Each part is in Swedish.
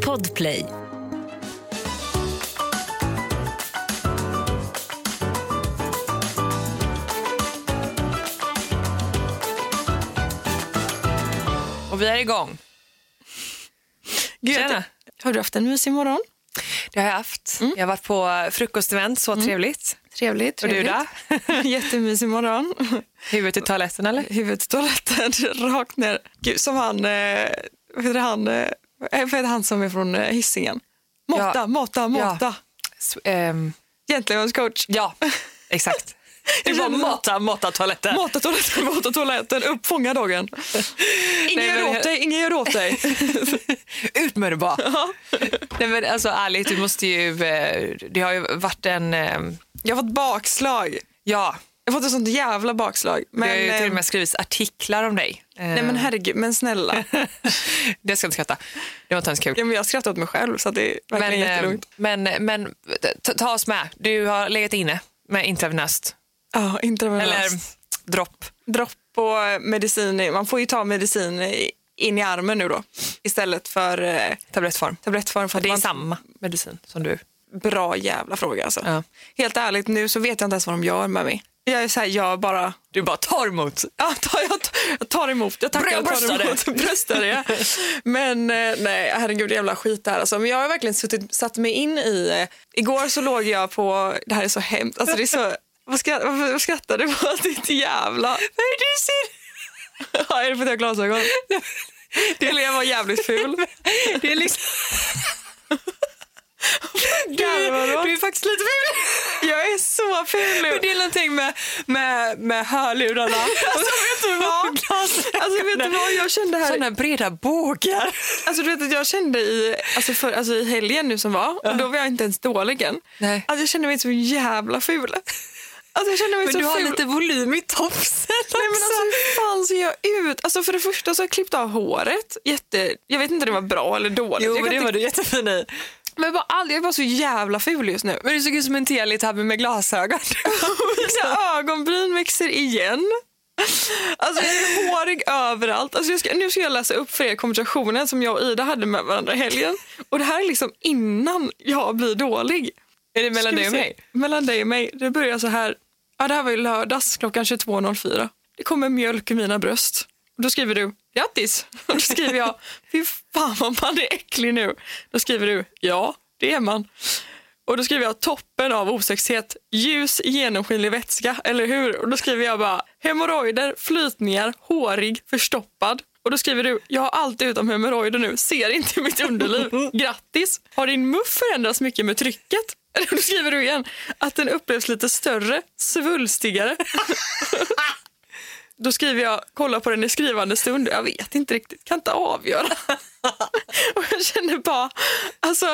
Podplay. Och vi är igång. Tjena. Har du haft en mysig morgon? Det har jag haft. Jag har varit på frukostevent, så trevligt. Trevligt. Och du då? Jättemysig morgon. Huvudet i toaletten eller? Huvudet i toaletten, rakt ner. Gud, som han, vad heter han som är från Hisingen? Måta. Ja. Gentleman's coach. Ja, exakt. Det var måta toaletten. Måta toaletten, uppfånga dagen. Ingen gör åt dig. Ut med det bara. Ja. Nej, men alltså ärligt, du måste ju, det har ju varit en... Jag har fått bakslag. Ja. Jag har fått ett sånt jävla bakslag. Men, det har ju till och med skrivits artiklar om dig. Nej men herregud, men snälla. Det ska jag inte skratta. Det var inte ens kul. Ja, men jag skrattar åt mig själv så det är verkligen jättelugnt. Men ta oss med. Du har legat inne med intravenöst. Ja, intravenöst. Eller dropp. Dropp och medicin. Man får ju ta medicin in i armen nu då. Istället för tablettform. För det är samma medicin som du. Bra jävla fråga alltså. Ja. Helt ärligt, nu så vet jag inte ens vad de gör med mig. Jag är så här, Du bara tar emot. Ja, jag tar emot. Jag tackar, jag tar emot. Bröstar det. Men nej, herregud, jävla skit där alltså. Men jag har verkligen satt mig in i... Igår så låg jag på... Det här är så hemskt. Alltså det är så... Vad skrattar du på? Ditt jävla... Vad är det du ser? Ja, är det för att jag har glasögon? Eller jag var jävligt ful. Det är liksom... Du är faktiskt lite ful. Jag är så ful nu. Det är någonting med hörlurarna. Alltså vet du vad jag kände här? Sådana breda bågar. Alltså du vet att jag kände i helgen nu som var. Och då var jag inte ens dålig än. Nej. Alltså jag kände mig så jävla ful. Alltså jag känner mig men så du har ful. lite volym i tofsen. Nej men alltså hur fan ser jag ut? Alltså för det första så har jag klippt av håret. Jag vet inte om det var bra eller dåligt. Jo men det var du jättefin i. Men jag var så jävla ful just nu. Men du såg ut som en Teletubby med glasögon. Mina ögonbryn växer igen. Alltså jag är hårig överallt. Alltså nu ska jag läsa upp för er konversationen som jag och Ida hade med varandra i helgen. Och det här är liksom innan jag blir dålig. Är det mellan dig och mig? Mellan dig och mig. Det börjar så här. Ja, det här var ju lördags klockan 22.04. Det kommer mjölk i mina bröst. Och då skriver du, grattis. Och då skriver jag, fy fan vad man är äcklig nu. Då skriver du, ja, det är man. Och då skriver jag, toppen av osexighet, ljus genomskinlig vätska, eller hur? Och då skriver jag bara, hemorrojder, flytningar, hårig, förstoppad. Och då skriver du, jag har allt utom hemorrojder nu, ser inte mitt underliv. Grattis. Har din muff förändrats mycket med trycket? Eller då skriver du igen, att den upplevs lite större, svulstigare. Då skriver jag, kolla på den i skrivande stund. Jag vet inte riktigt, kan inte avgöra. Och jag känner bara, alltså...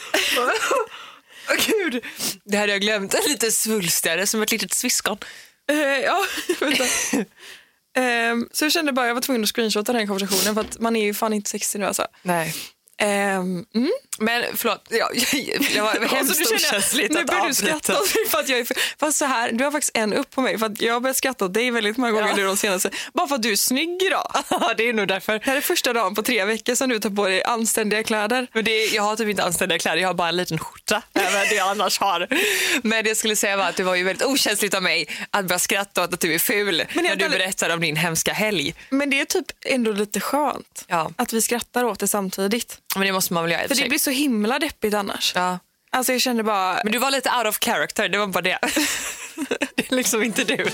Gud, det hade jag glömt. Lite svulstigare, som ett litet sviskon. Ja, vänta. Så jag kände bara, jag var tvungen att screenshota den konversationen. För att man är ju fan inte sexig nu alltså. Nej. Men förlåt, jag var hemskt okänsligt att börjar du skratta för att jag är fast så här, du har faktiskt en upp på mig för att jag har börjat skratta åt dig väldigt många gånger nu de senaste. Bara för att du är snygg idag. Ja, det är nog därför. Det här är första dagen på 3 veckor som du tar på dig anständiga kläder. Men jag har typ inte anständiga kläder, jag har bara en liten skjorta även det jag annars har. Men det jag skulle säga var att det var ju väldigt okänsligt av mig att börja skratta åt att du är ful när du berättar om din hemska helg. Men det är typ ändå lite skönt att vi skrattar åt det samtidigt. Men det måste man väl göra. För det blir så himla deppigt annars. Ja. Alltså jag kände bara... Men du var lite out of character, det var bara det. Det är liksom inte du.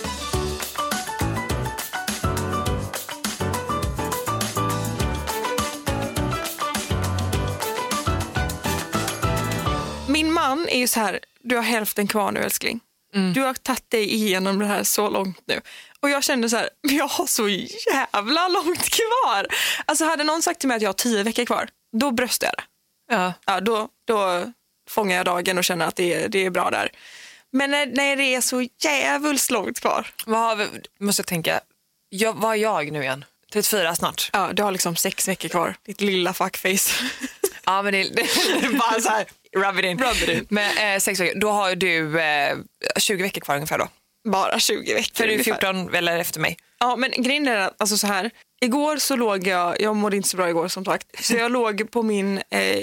Min man är ju så här, du har hälften kvar nu älskling. Du har tagit dig igenom det här så långt nu. Och jag kände så här, jag har så jävla långt kvar. Alltså hade någon sagt till mig att jag har 10 veckor kvar, då bröstar jag det. Ja, då fångar jag dagen och känner att det är bra där. Men när det är så jävligt långt kvar. Måste jag tänka, vad är jag nu igen? 34 snart. Ja, du har liksom 6 veckor kvar. Ditt lilla fuckface. Ja, men det är bara så här, rub it in. Men 6 veckor, då har du 20 veckor kvar ungefär då. Bara 20 veckor. För du är 14 eller efter mig. Ja, men grejen är alltså så här. Igår så låg jag mådde inte så bra igår som sagt, så jag låg på min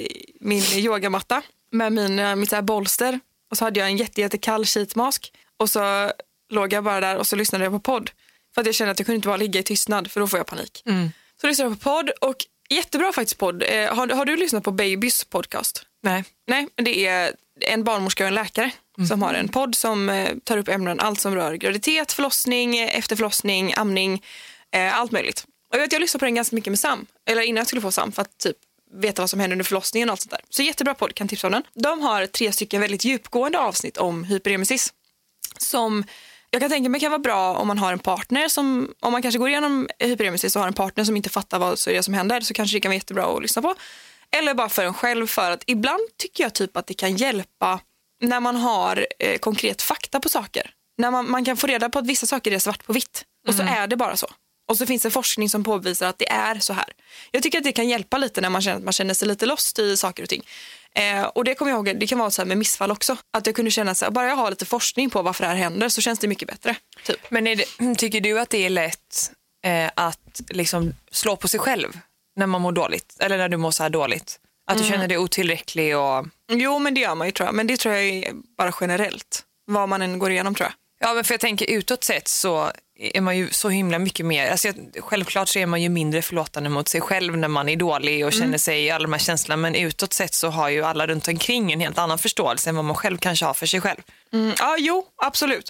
yogamatta med mitt så här bolster och så hade jag en jättekall sheetmask och så låg jag bara där och så lyssnade jag på podd för att jag kände att jag kunde inte bara ligga i tystnad för då får jag panik. Så lyssnade jag på podd och jättebra faktiskt podd. Har du lyssnat på Babys podcast? Nej, det är en barnmorska och en läkare som har en podd som tar upp ämnen, allt som rör graviditet, förlossning, efterförlossning, amning, allt möjligt. Och jag lyssnade på den ganska mycket med Sam, eller innan jag skulle få Sam för att typ veta vad som händer under förlossningen och allt sånt där. Så jättebra podd, kan tipsa om den. De har 3 stycken väldigt djupgående avsnitt om hyperemesis som jag kan tänka mig kan vara bra om man har en partner som, om man kanske går igenom hyperemesis och har en partner som inte fattar vad så är det som händer, så kanske det kan vara jättebra att lyssna på. Eller bara för en själv, för att ibland tycker jag typ att det kan hjälpa när man har konkret fakta på saker. När man kan få reda på att vissa saker är svart på vitt och så är det bara så. Och så finns det forskning som påvisar att det är så här. Jag tycker att det kan hjälpa lite när man känner sig lite lost i saker och ting. Och det kommer jag ihåg, det kan vara så här med missfall också. Att jag kunde känna så här, bara jag har lite forskning på varför det här händer så känns det mycket bättre. Typ. Men tycker du att det är lätt att liksom slå på sig själv när man mår dåligt? Eller när du mår så här dåligt? Att du känner dig otillräcklig och... Jo, men det gör man ju tror jag. Men det tror jag är bara generellt. Vad man än går igenom tror jag. Ja, men för jag tänker utåt sett så är man ju så himla mycket mer, alltså självklart så är man ju mindre förlåtande mot sig själv när man är dålig och känner sig alla de här känslorna, men utåt sett så har ju alla runt omkring en helt annan förståelse än vad man själv kanske har för sig själv. Ja, jo, absolut.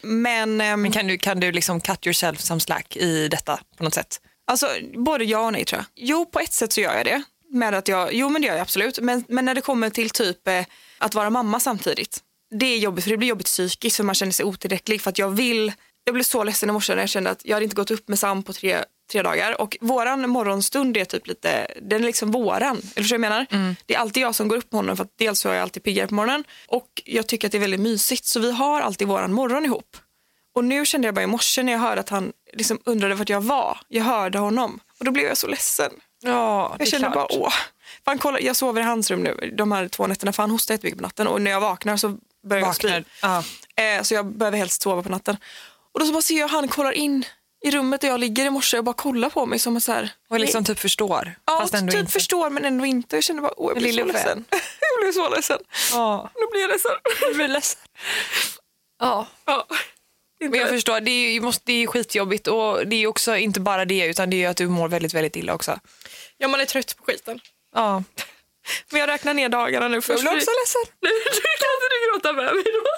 Men kan du liksom cut yourself some slack i detta på något sätt? Alltså, både ja och nej tror jag. Jo, på ett sätt så gör jag det. Med att jo, men det gör jag absolut. Men när det kommer till typ att vara mamma samtidigt, det är jobbigt, för det blir jobbigt psykiskt för man känner sig otillräcklig, för att jag blev så ledsen i morse när jag kände att jag hade inte gått upp med Sam på tre dagar, och våran morgonstund är typ lite, den är liksom våran, eller så jag menar. Det är alltid jag som går upp på honom, för att dels så är jag alltid piggare på morgonen och jag tycker att det är väldigt mysigt, så vi har alltid våran morgon ihop. Och nu kände jag bara i morse när jag hörde att han liksom undrade vart jag var, jag hörde honom och då blev jag så ledsen. Ja, jag kände klart. Bara jag sover i hans rum nu de här 2 nätterna, för han hostar jättemycket på natten och när jag vaknar så börjar jag spy. Så jag behöver helst sova på natten. Och då så bara ser jag han kollar in i rummet där jag ligger i morse och bara kollar på mig som en så här... Och liksom typ förstår. Ja, fast ändå typ inte. Förstår men ändå inte. Jag känner bara, jag blir så ledsen. Jag blir så ledsen. Ja. Nu blir jag ledsen. Du blir ledsen. Ja. Men jag förstår, det är skitjobbigt, och det är också inte bara det, utan det är att du mår väldigt, väldigt illa också. Ja, man är trött på skiten. Ja. Men jag räknar ner dagarna nu först. Jag blir också ledsen. Nu kan inte du gråta med mig då.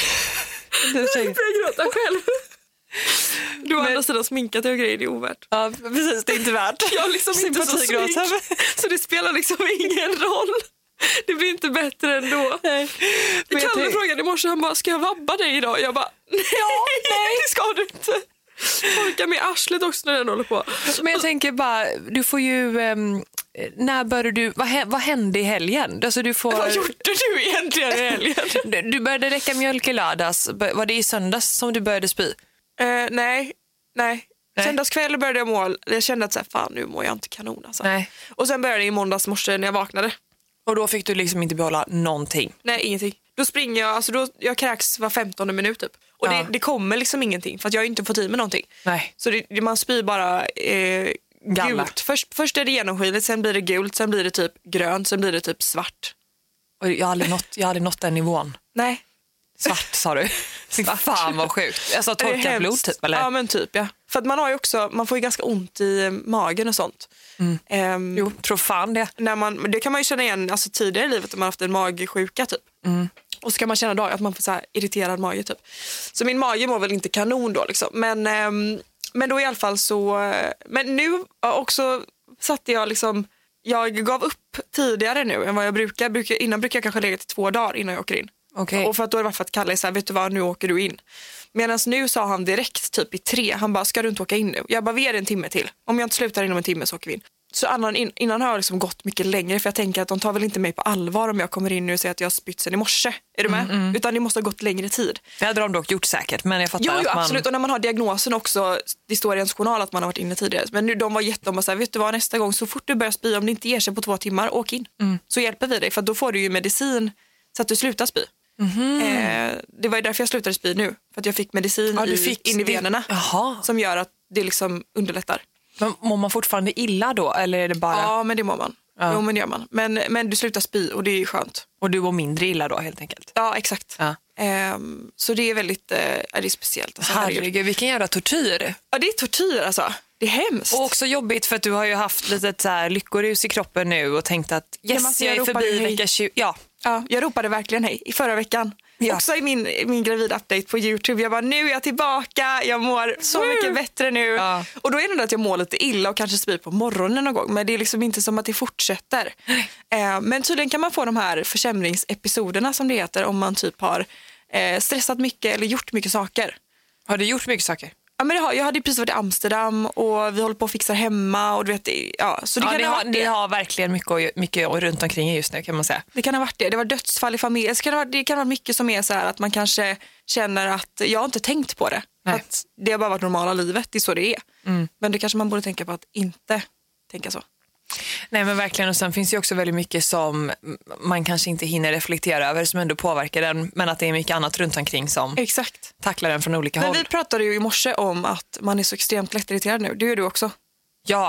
Nu får jag gråta själv. Du har andra sidan sminkat och grejer, det är ovärt. Ja, precis, det är inte värt. Jag har liksom inte så smink, så det spelar liksom ingen roll. Det blir inte bättre ändå. Nej. Kalle frågade i morse, han bara, ska jag vabba dig idag? Jag bara, nej, det ska du inte. Orka med arslet också när den håller på. Men jag tänker bara, du får ju... när började du... Vad hände i helgen? Alltså vad gjorde du egentligen i helgen? Du började räcka mjölk i lördags. Var det i söndags som du började spy? Nej. Söndagskväll började jag må. Jag kände att så här, fan, nu mår jag inte kanon alltså. Nej. Och sen började det i måndags morse när jag vaknade. Och då fick du liksom inte behålla någonting? Nej, ingenting. Då springer jag, alltså jag kräks var 15:e minut typ. Och det kommer liksom ingenting, för att jag har inte fått i mig någonting. Nej. Så man spyr bara gult. Först är det genomskinligt, sen blir det gult, sen blir det typ grönt, sen blir det typ svart. Och jag har aldrig nått den nivån. Nej. Svart sa du? Fan vad sjukt. Alltså torkat blod typ, eller? Ja, men typ, ja. För att man får ju ganska ont i magen och sånt. Jo, tror fan det. Det kan man ju känna igen alltså, tidigare i livet om man har haft en magsjuka typ. Och så kan man känna då att man får så här irriterad mage typ. Så min mage mår väl inte kanon då liksom. Men då i alla fall så... Men nu också satte jag liksom... Jag gav upp tidigare nu än vad jag brukar. Innan brukar jag kanske lägga till 2 dagar innan jag åker in. Okay. Och för att då är det varit för att Kalle är så här, vet du vad, nu åker du in. Medan nu sa han direkt typ i 3. Han bara, ska du inte åka in nu? Jag bara, vi är 1 timme till. Om jag inte slutar inom 1 timme så åker vi in. Så innan har jag liksom gått mycket längre, för jag tänker att de tar väl inte mig på allvar om jag kommer in nu och säger att jag har spytt sen i morse. Är du med? Utan det måste ha gått längre tid. Det hade de dock gjort säkert, men jag fattar jo, att man... absolut. Och när man har diagnosen också, det står i ens journal att man har varit inne tidigare. Men nu de var jätteomma så här, vet du vad, nästa gång så fort du börjar spy, om det inte ger sig på 2 timmar, åk in. Så hjälper vi dig, för då får du ju medicin så att du slutar spy. Det var ju därför jag slutade spy nu, för att jag fick medicin in i venerna som gör att det liksom underlättar. Men mår man fortfarande illa då? Eller är det bara... Ja, men det mår man. Ja. Jo, men det gör man. Men du slutar spy och det är ju skönt. Och du mår mindre illa då helt enkelt? Ja, exakt. Ja. Så det är väldigt det är speciellt. Alltså, Herregud, vilken jävla tortyr. Ja, det är tortyr alltså. Det är hemskt. Och också jobbigt för att du har ju haft lite så här lyckorus i kroppen nu och tänkt att yes, jag är förbi vecka 20. Ja, jag ropade verkligen hej i förra veckan. Ja. Också i min gravid-update på YouTube. Jag bara, nu är jag tillbaka, jag mår så mycket bättre nu. Ja. Och då är det ändå att jag mår lite illa och kanske spyr på morgonen någon gång. Men det är liksom inte som att det fortsätter. Men tydligen kan man få de här försämringsepisoderna som det heter om man typ har stressat mycket eller gjort mycket saker. Har du gjort mycket saker? Ja, men jag hade precis varit i Amsterdam och vi håller på att fixa hemma och du vet, så det kan ni har verkligen mycket runt omkring just nu kan man säga. Det kan ha varit det. Det var dödsfall i familjen. Det kan ha varit mycket som är så här att man kanske känner att jag har inte tänkt på det. Att det har bara varit normala livet, det är så det är. Men det kanske man borde tänka på att inte tänka så. Nej men verkligen, och sen finns det också väldigt mycket som man kanske inte hinner reflektera över som ändå påverkar den, men att det är mycket annat runt omkring som tacklar den från olika håll. Men vi pratade ju i morse om att man är så extremt lättirriterad nu, det gör du också. Ja.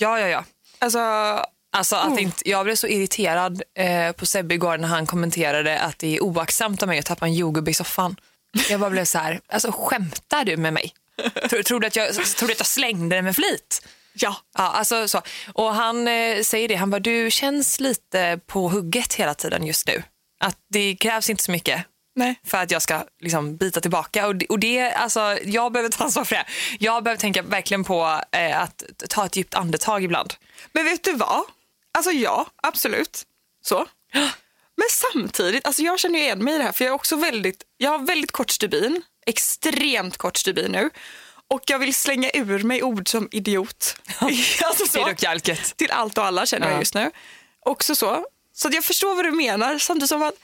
Alltså att jag blev så irriterad på Sebbe igår när han kommenterade att det är oaktsamt av mig att tappa en jordgubbe i soffan. Jag bara blev så här, alltså skämtar du med mig? Tror du att jag slängde den med flit? Ja, alltså så. Och han säger det, han bara, du känns lite på hugget hela tiden just nu. Att det krävs inte så mycket för att jag ska liksom bita tillbaka. Och det, alltså, jag behöver ta ansvar för det. Jag behöver tänka verkligen på att ta ett djupt andetag ibland. Men vet du vad? Alltså ja, absolut. Så. Men samtidigt, alltså jag känner ju igen mig i det här. För jag har väldigt kort stubin. Extremt kort stubin nu. Och jag vill slänga ur mig ord som idiot. Alltså så. Till allt och alla känner jag just nu. Också så. Så att jag förstår vad du menar. Samtidigt som att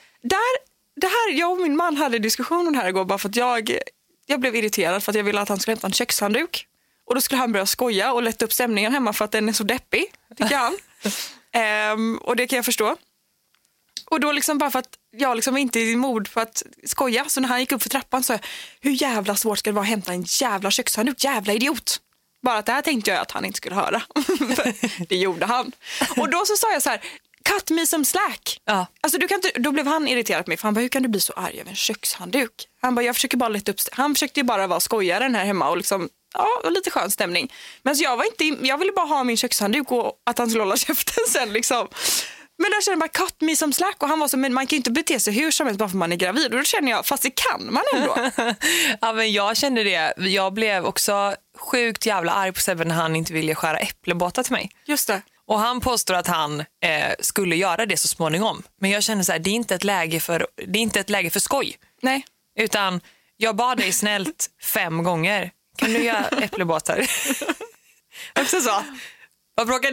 jag och min man hade diskussionen här igår. Bara för att jag blev irriterad för att jag ville att han skulle hämta en kökshandduk. Och då skulle han börja skoja och lätta upp stämningen hemma för att den är så deppig, tycker han. Och det kan jag förstå. Och då liksom bara för att jag liksom inte är i mod för att skoja. Så när han gick upp för trappan så hur jävla svårt ska det vara att hämta en jävla kökshandduk? Jävla idiot. Bara att det här tänkte jag att han inte skulle höra. Det gjorde han. Och då så sa jag så här, cut me some slack. Ja. Alltså du kan inte, då blev han irriterad på mig. För han bara, hur kan du bli så arg över en kökshandduk? Han bara, jag försöker bara lätta upp. Han försökte ju bara vara skojaren här hemma och liksom, och lite skön stämning. Men så jag ville bara ha min kökshandduk och att han skulle hålla käften sen liksom. Men där känner jag bara, cut me some slack. Och han var så, men man kan ju inte bete sig hur som helst bara för man är gravid. Och då känner jag, fast det kan man ändå. Ja, men jag kände det. Jag blev också sjukt jävla arg på Sebbe när han inte ville skära äppelbåtar till mig. Just det. Och han påstår att han skulle göra det så småningom. Men jag känner så här, det är inte ett läge för skoj. Nej. Utan jag bad dig snällt 5 gånger. Kan du göra äppelbåtar? Också så. Vad bråkar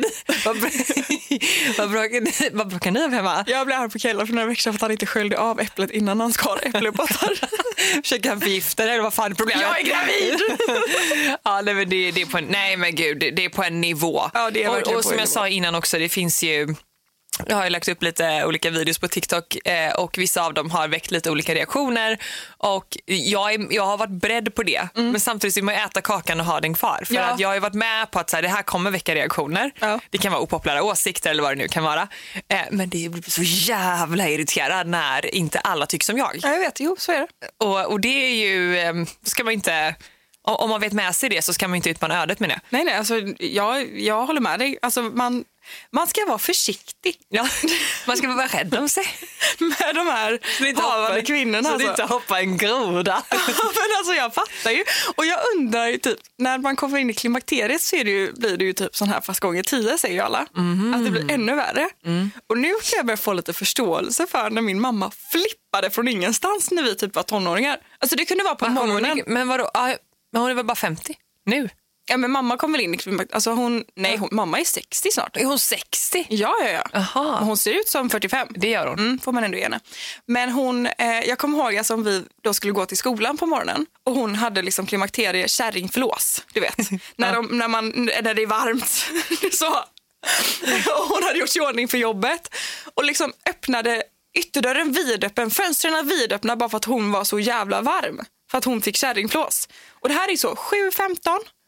ni om hemma? Jag blev arg på Kjell för några veckor för att han inte sköljde av äpplet innan han skar äppelbåtar. Försöker han förgifta det eller vad fan är problemet? Jag är gravid! Ja, men det är på en, nej men gud, det är på en nivå. Ja, det är verkligen och som jag sa innan också, det finns ju... Jag har ju lagt upp lite olika videos på TikTok och vissa av dem har väckt lite olika reaktioner och jag har varit beredd på det, men samtidigt vill man äta kakan och ha den kvar för att jag har ju varit med på att så här, det här kommer väcka reaktioner. Det kan vara opopulära åsikter eller vad det nu kan vara, men det blir så jävla irriterad när inte alla tycker som jag. Ja, jag vet, jo så är det. Och det är ju, ska man inte... Om man vet med sig det så ska man inte utmana ödet med det. Nej, alltså jag håller med dig. Alltså man ska vara försiktig. Ja, man ska vara rädd om sig. Med de här havande kvinnorna. Så det inte hoppa en groda. Men alltså jag fattar ju. Och jag undrar ju typ, när man kommer in i klimakteriet så blir det ju typ sån här fast gånger 10 säger ju alla. Att det blir ännu värre. Och nu kan jag börja få lite förståelse för när min mamma flippade från ingenstans när vi typ var tonåringar. Alltså det kunde vara på morgonen. Men vadå? Men hon är väl bara 50 nu? Ja, men mamma kom väl in i alltså mamma är 60 snart. Är hon 60? Ja. Aha. Hon ser ut som 45. Det gör hon. Får man ändå ge henne. Men jag kommer ihåg att vi då skulle gå till skolan på morgonen och hon hade liksom klimakterie kärringflås, du vet. När det är varmt så. Och hon hade gjort sig ordning för jobbet och liksom öppnade ytterdörren vidöppen, fönstren vidöppna bara för att hon var så jävla varm. För att hon fick kärringflås. Och det här är så 7-15.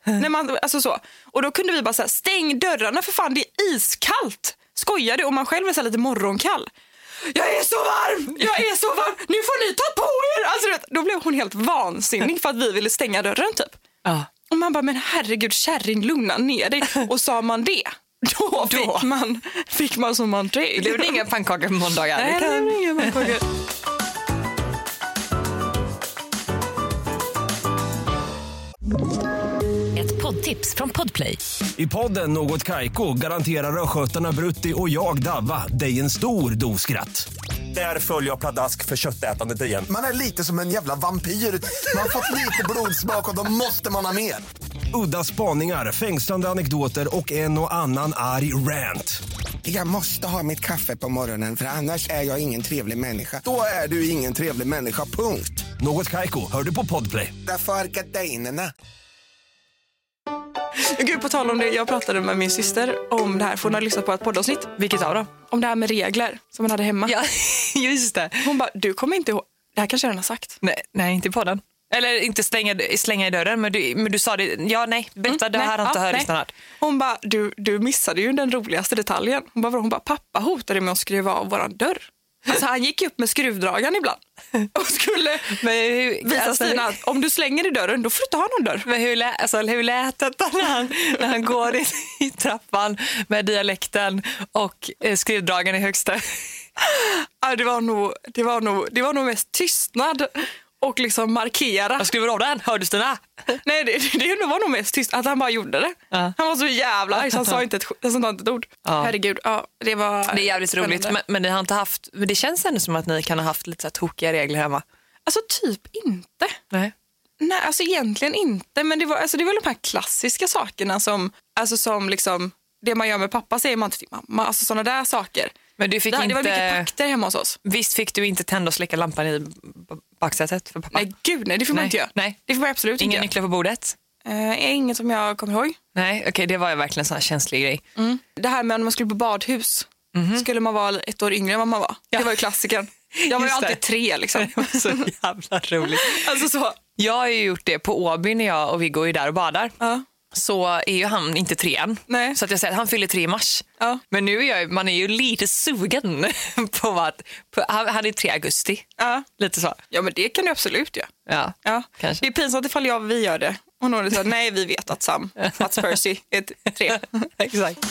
När man, alltså så. Och då kunde vi bara säga, stäng dörrarna för fan, det är iskallt. Skojade, och man själv är så lite morgonkall. Jag är så varm, nu får ni ta på er. Alltså, då blev hon helt vansinnig för att vi ville stänga dörren typ. Ja. Och man bara, men herregud, kärring, lugna ner dig. Och sa man det, då fick man som man drev. Det blev inga pannkakor på måndagar. Nej, det blev inga pannkakor. Ett poddtips från Podplay. I podden Något Kaiko garanterar röskötarna Brutti och jag Davva dig en stor dos skratt. Där följer jag pladask för köttätandet igen. Man är lite som en jävla vampyr. Man har fått lite blodsmak och då måste man ha mer. Udda spaningar, fängslande anekdoter och en och annan arg rant. Jag måste ha mitt kaffe på morgonen, för annars är jag ingen trevlig människa. Då är du ingen trevlig människa, punkt. Något Kaiko, hör du på Podplay. Därför är gardinerna. Gud, på tal om det, jag pratade med min syster om det här, för hon hade lyssnat på ett poddavsnitt. Vilket av dem? Om det här med regler som man hade hemma. Ja, just det. Hon bara, du kommer inte ihåg, det här kanske jag redan har sagt. Nej, inte på den. Eller inte slänga i dörren, men du sa det. Ja, nej, berätta, det här har inte hört snart. Hon bara, du missade ju den roligaste detaljen. Hon bara, pappa hotade med att skruva av våran dörr. Alltså han gick upp med skruvdragaren ibland och skulle visa Stina att om du slänger i dörren, då flyttar han en dörr. Men hur lät det när han går i trappan med dialekten och skruvdragaren i högsta? Ja, det var nog mest tystnad och liksom markera. Jag skruvar av den, hörde Stina? Nej, det var nog mest tyst att han bara gjorde det. Ja. Han var så jävla arg så han sa inte ett ord. Ja. Herregud, ja, det är jävligt roligt. Men ni har inte haft, det känns ändå som att ni kan ha haft lite så här tokiga regler hemma. Alltså typ inte. Nej, alltså egentligen inte. Men det var de här klassiska sakerna som liksom, det man gör med pappa säger man inte till mamma. Alltså sådana där saker. Men du fick det var mycket pakter hemma hos oss. Visst fick du inte tända och släcka lampan i baksätet för pappa? Nej, gud, nej, det får man inte göra. Nej. Det får man absolut inte göra. Inga nycklar på bordet? Inget som jag kommer ihåg. Nej, okej, det var ju verkligen en sån här känslig grej. Mm. Det här med när man skulle på badhus. Skulle man vara ett år yngre än vad man var. Ja. Det var ju klassiken. Jag var ju alltid 3 liksom. Det var så jävla roligt. Alltså så. Jag har ju gjort det på Åby när jag och Viggo är där och badar. Så är ju han inte 3 än. Nej. Så att jag säger att han fyller 3 i mars. Ja. Men nu är man är ju lite sugen på att han är 3 augusti. Ja. Lite så. Ja, men det kan du absolut göra. Ja. Kanske. Det är pinsamt ifall vi gör det. Och någon säger, nej, vi vet att Mats Percy är 3. Exakt.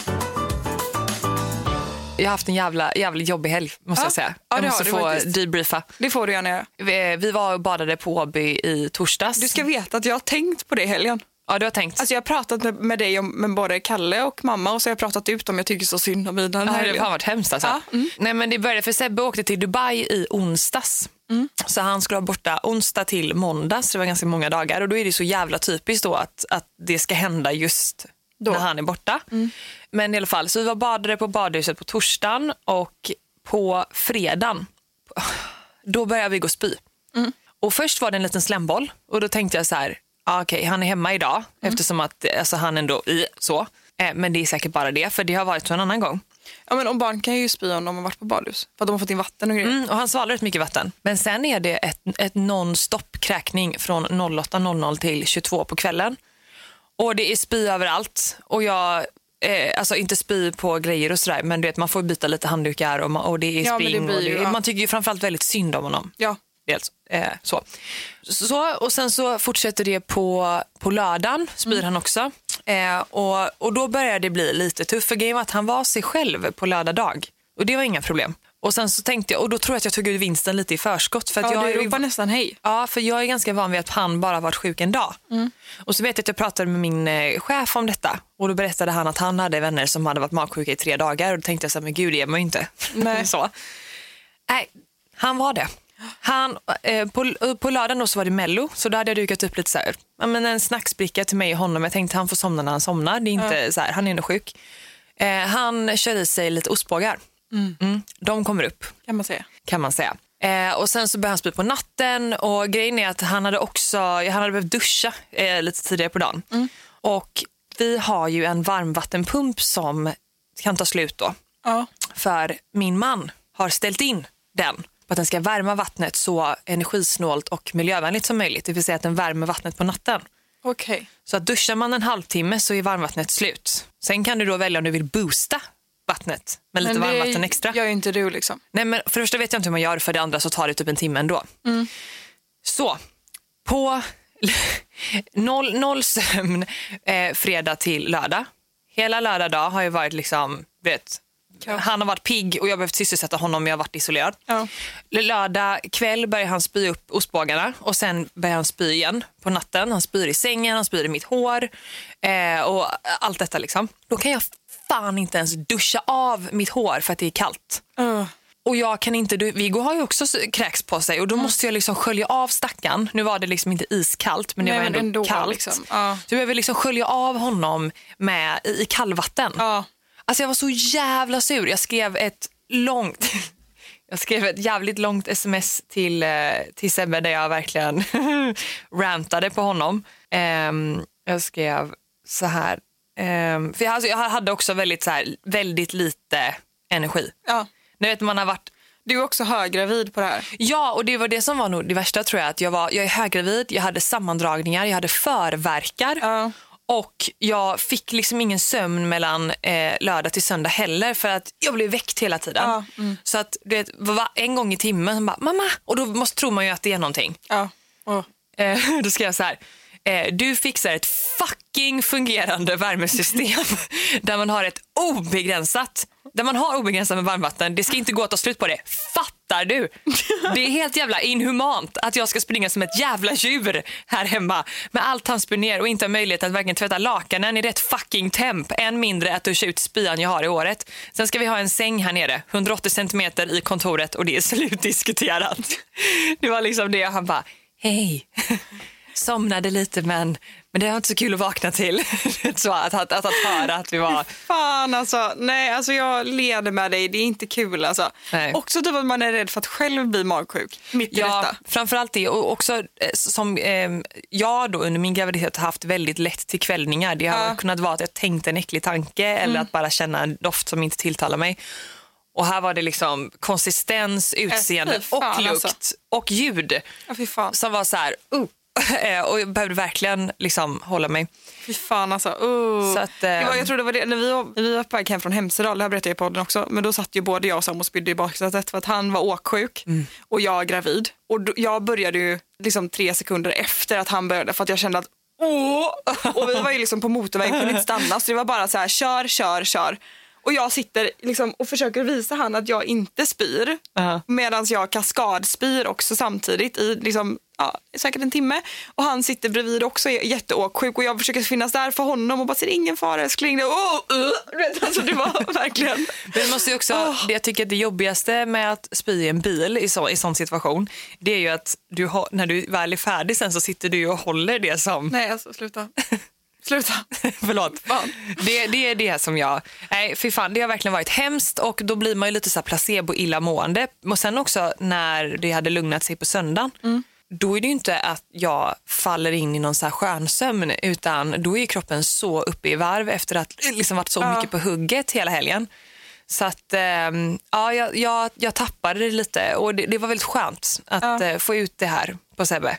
Jag har haft en jävla jobbig helg, måste jag säga. Jag måste få debriefa. Det får du gärna göra. Vi var och badade på Åby i torsdags. Du ska veta att jag har tänkt på det helgen. Ja, du har tänkt. Alltså jag har pratat med dig med både Kalle och mamma, och så har jag pratat ut om jag tycker så synd om Ida. Det har fan varit hemskt alltså. Ja. Nej, men det började för Sebbe åkte till Dubai i onsdags. Så han skulle vara borta onsdag till måndag, så det var ganska många dagar. Och då är det så jävla typiskt då att det ska hända just då när han är borta. Men i alla fall, så vi var badade på badhuset på torsdagen, och på fredagen då började vi gå spy. Och först var det en liten slemboll, och då tänkte jag så här, okej, han är hemma idag eftersom att alltså, han ändå så. Men det är säkert bara det, för det har varit så en annan gång. Ja, men barn kan ju spy om de har varit på badhus, för att de har fått in vatten och grejer. Och han svalde rätt mycket vatten. Men sen är det ett non-stop kräkning från 08.00 till 22 på kvällen. Och det är spy överallt. Och jag, alltså inte spy på grejer och sådär, men du vet, man får byta lite handdukar och det är spring. Man tycker ju framförallt väldigt synd om honom. Ja. Dels, så, och sen så fortsätter det på lördagen, spyr han också. Och då börjar det bli lite tufft, för grejen var att han var sig själv på lördag dag. Och det var inga problem. Och sen så tänkte jag, och då tror jag att jag tog ut vinsten lite i förskott. För att jag ropar nästan hej. Ja, för jag är ganska van vid att han bara varit sjuk en dag. Och så vet jag att jag pratade med min chef om detta. Och då berättade han att han hade vänner som hade varit magsjuka i 3 dagar. Och då tänkte jag så här, men gud, det är man ju inte. Nej. Så. Nej, han var det. Han, på lördagen då så var det Mello, så då hade jag dukat upp lite så här, en snacksbricka till mig och honom. Jag tänkte han får somna när han somnar. Det är inte så här, han är ändå sjuk. Han kör i sig lite ostbågar. De kommer upp, kan man säga. Och sen så började han spy på natten, och grejen är att han hade behövt duscha lite tidigare på dagen. Och vi har ju en varmvattenpump som kan ta slut då. För min man har ställt in den på att den ska värma vattnet så energisnålt och miljövänligt som möjligt. Det vill säga att den värmer vattnet på natten. Okej. Så att duschar man en halvtimme så är varmvattnet slut. Sen kan du då välja om du vill boosta vattnet med lite varmvatten extra. gör ju inte du liksom. Nej, men för det första vet jag inte hur man gör, för det andra så tar det typ en timme ändå. Så, på noll sömn fredag till lördag. Hela lördag dag har ju varit liksom, vet, han har varit pigg och jag har behövt sysselsätta honom, jag har varit isolerad. Ja. Lördag kväll börjar han spy upp ostbågarna och sen börjar han spy igen på natten. Han spyr i sängen, han spyr i mitt hår och allt detta liksom. Då kan jag fan inte ens duscha av mitt hår för att det är kallt. Och jag kan inte, Viggo har ju också kräks på sig och då måste jag liksom skölja av stackaren. Nu var det liksom inte iskallt, men det var ändå kallt. Liksom. Så jag behöver liksom skölja av honom i kallvatten. Alltså jag var så jävla sur. Jag skrev ett jävligt långt sms till Sebbe där jag verkligen rantade på honom. Jag skrev så här. För jag hade också väldigt lite energi. Ja. Nu vet man har varit... Du är också höggravid på det här. Ja, och det var det som var nog det värsta, tror jag. Att jag är höggravid, jag hade sammandragningar, jag hade förverkar. Och jag fick liksom ingen sömn mellan lördag till söndag heller, för att jag blev väckt hela tiden. Så att det var en gång i timmen bara, mamma, och då tror man ju att det är någonting. Då ska jag så här: du fixar ett fucking fungerande värmesystem där man har obegränsat med varmvatten. Det ska inte gå att ta slut på det. Fattar du? Det är helt jävla inhumant att jag ska springa som ett jävla djur här hemma med allt han spyr ner och inte ha möjlighet att verkligen tvätta lakanen i rätt fucking temp. Än mindre att duscha ut spyan jag har i året. Sen ska vi ha en säng här nere, 180 centimeter i kontoret, och det är slutdiskuterat. Det var liksom det, han bara, hej. Somnade lite, men det var inte så kul att vakna till. Så att höra att vi var... Fan alltså, nej alltså jag leder med dig, det är inte kul alltså. Nej. Också typ att man är rädd för att själv bli magsjuk mitt i detta. Framförallt det, och också som jag då under min graviditet har haft väldigt lätt till kvällningar. Det har kunnat vara att jag tänkte en äcklig tanke eller att bara känna en doft som inte tilltalar mig. Och här var det liksom konsistens, utseende och lukt och ljud som var så här... och jag behövde verkligen liksom hålla mig. Fy fan alltså. Så att, jag tror det var det när vi var på väg hem från Hemsedal, det här berättade jag i podden också, men då satt ju både jag och Sam och spydde i baksätet för att han var åksjuk och jag är gravid. Och jag började ju liksom 3 sekunder efter att han började, för att jag kände att och vi var ju liksom på motorvägen, kunde inte stanna, så det var bara så här, kör. Och jag sitter liksom och försöker visa han att jag inte spyr, medan jag kaskadspyr också samtidigt i liksom, säkert en timme. Och han sitter bredvid också, jätteåksjuk, och jag försöker finnas där för honom och bara säger ingen fara, älskling. Alltså det var verkligen... Men det måste ju också, det jag tycker är det jobbigaste med att spy i en bil i sån situation, det är ju att när du väl är färdig sen så sitter du och håller det som... Nej, alltså sluta. Förlåt. Det är det som jag... Nej, fy fan, det har verkligen varit hemskt, och då blir man ju lite så här placebo-illamående. Och sen också när det hade lugnat sig på söndagen, då är det ju inte att jag faller in i någon så här skönsömn, utan då är ju kroppen så uppe i varv efter att liksom varit så mycket på hugget hela helgen. Så att jag tappade det lite, och det var väldigt skönt att få ut det här på Sebbe.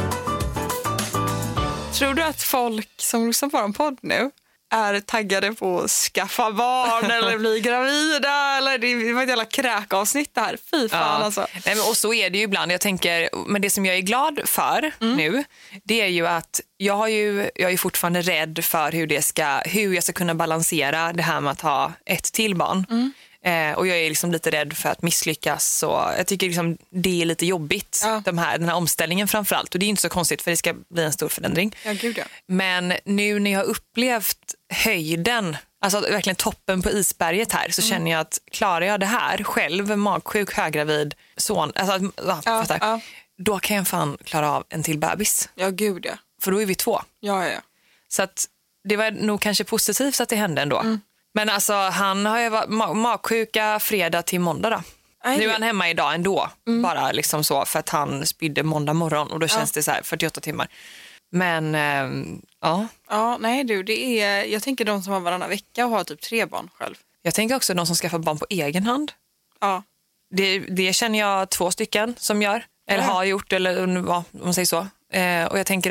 Tror du att folk som lyssnar på en podd nu är taggade på att skaffa barn eller bli gravida? Eller det var ett jävla kräkavsnitt det här. Fy fan alltså. Nej, men, och så är det ju ibland. Jag tänker, men det som jag är glad för nu, det är ju att jag är fortfarande rädd för hur jag ska kunna balansera det här med att ha ett till barn. Och jag är liksom lite rädd för att misslyckas, och jag tycker liksom det är lite jobbigt, den här omställningen framförallt, och det är inte så konstigt för det ska bli en stor förändring. Gud, ja. Men nu när jag har upplevt höjden, alltså verkligen toppen på isberget här, så känner jag att klarar jag det här själv, magsjuk, höggravid, son, alltså, då kan jag fan klara av en till bebis. Ja, gud ja. För då är vi 2. Ja. Så att det var nog kanske positivt att det hände ändå. Men alltså, han har ju varit magsjuka fredag till måndag då. Nu är han hemma idag ändå. Bara liksom så, för att han spydde måndag morgon. Och då känns det så här 48 timmar. Men, ja. Ja, nej du, det är... Jag tänker de som har varannan vecka och har typ 3 barn själv. Jag tänker också de som skaffar barn på egen hand. Ja. Det känner jag 2 stycken som gör. Eller har gjort, eller vad man säger så. Och jag tänker att